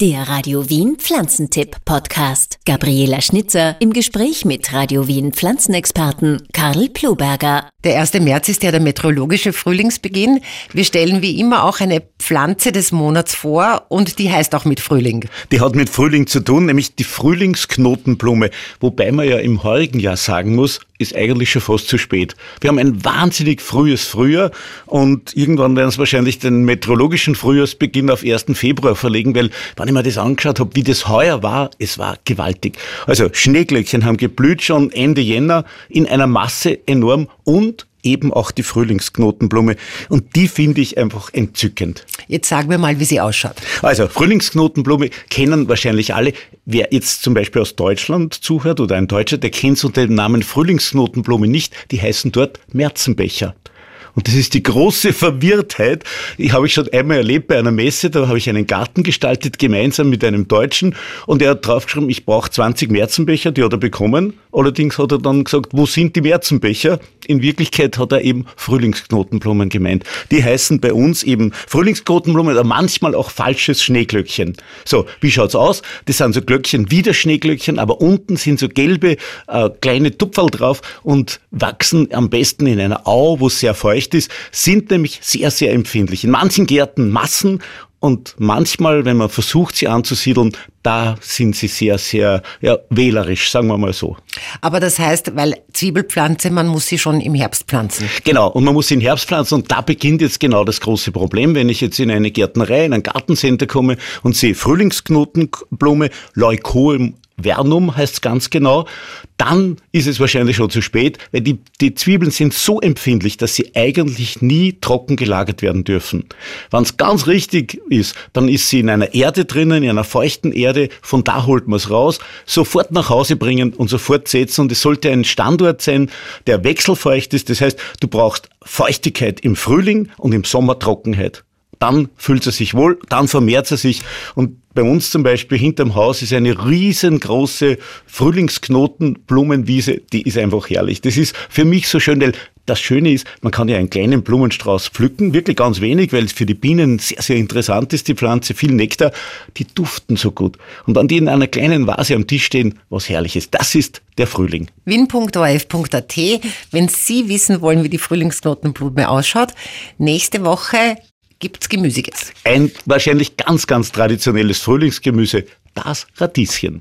Der Radio Wien Pflanzentipp-Podcast. Gabriela Schnitzer im Gespräch mit Radio Wien Pflanzenexperten Karl Ploberger. Der 1. März ist ja der meteorologische Frühlingsbeginn. Wir stellen wie immer auch eine Pflanze des Monats vor und die heißt auch mit Frühling. Die hat mit Frühling zu tun, nämlich die Frühlingsknotenblume. Wobei man ja im heurigen Jahr sagen muss, ist eigentlich schon fast zu spät. Wir haben ein wahnsinnig frühes Frühjahr und irgendwann werden es wahrscheinlich den meteorologischen Frühjahrsbeginn auf 1. Februar verlegen, weil, wenn ich mir das angeschaut habe, wie das heuer war, es war gewaltig. Also Schneeglöckchen haben geblüht schon Ende Jänner in einer Masse enorm und eben auch die Frühlingsknotenblume. Und die finde ich einfach entzückend. Jetzt sag mir mal, wie sie ausschaut. Also Frühlingsknotenblume kennen wahrscheinlich alle. Wer jetzt zum Beispiel aus Deutschland zuhört oder ein Deutscher, der kennt es unter dem Namen Frühlingsknotenblume nicht. Die heißen dort Märzenbecher. Und das ist die große Verwirrtheit. Habe ich schon einmal erlebt bei einer Messe, da habe ich einen Garten gestaltet, gemeinsam mit einem Deutschen. Und er hat draufgeschrieben, ich brauche 20 Märzenbecher, die hat er bekommen. Allerdings hat er dann gesagt, wo sind die Märzenbecher? In Wirklichkeit hat er eben Frühlingsknotenblumen gemeint. Die heißen bei uns eben Frühlingsknotenblumen oder manchmal auch falsches Schneeglöckchen. So, wie schaut's aus? Das sind so Glöckchen wie das Schneeglöckchen, aber unten sind so gelbe kleine Tupferl drauf und wachsen am besten in einer Au, wo es sehr feucht ist, sind nämlich sehr, sehr empfindlich. In manchen Gärten Massen und manchmal, wenn man versucht, sie anzusiedeln, da sind sie sehr, sehr wählerisch, sagen wir mal so. Aber das heißt, weil Zwiebelpflanze, man muss sie schon im Herbst pflanzen. Genau, und man muss sie im Herbst pflanzen und da beginnt jetzt genau das große Problem. Wenn ich jetzt in eine Gärtnerei, in ein Gartencenter komme und sehe Frühlingsknotenblume, Leucoium vernum heißt es ganz genau, dann ist es wahrscheinlich schon zu spät, weil die Zwiebeln sind so empfindlich, dass sie eigentlich nie trocken gelagert werden dürfen. Wenn es ganz richtig ist, dann ist sie in einer Erde drinnen, in einer feuchten Erde, von da holt man es raus, sofort nach Hause bringen und sofort setzen und es sollte ein Standort sein, der wechselfeucht ist, das heißt, du brauchst Feuchtigkeit im Frühling und im Sommer Trockenheit. Dann fühlt er sich wohl, dann vermehrt er sich und bei uns zum Beispiel hinterm Haus ist eine riesengroße Frühlingsknotenblumenwiese, die ist einfach herrlich. Das ist für mich so schön, weil das Schöne ist, man kann ja einen kleinen Blumenstrauß pflücken, wirklich ganz wenig, weil es für die Bienen sehr, sehr interessant ist, die Pflanze, viel Nektar, die duften so gut. Und wenn die in einer kleinen Vase am Tisch stehen, was Herrliches, das ist der Frühling. win.orf.at, wenn Sie wissen wollen, wie die Frühlingsknotenblume ausschaut, nächste Woche gibt's Gemüsiges. Ein wahrscheinlich ganz, ganz traditionelles Frühlingsgemüse, das Radieschen.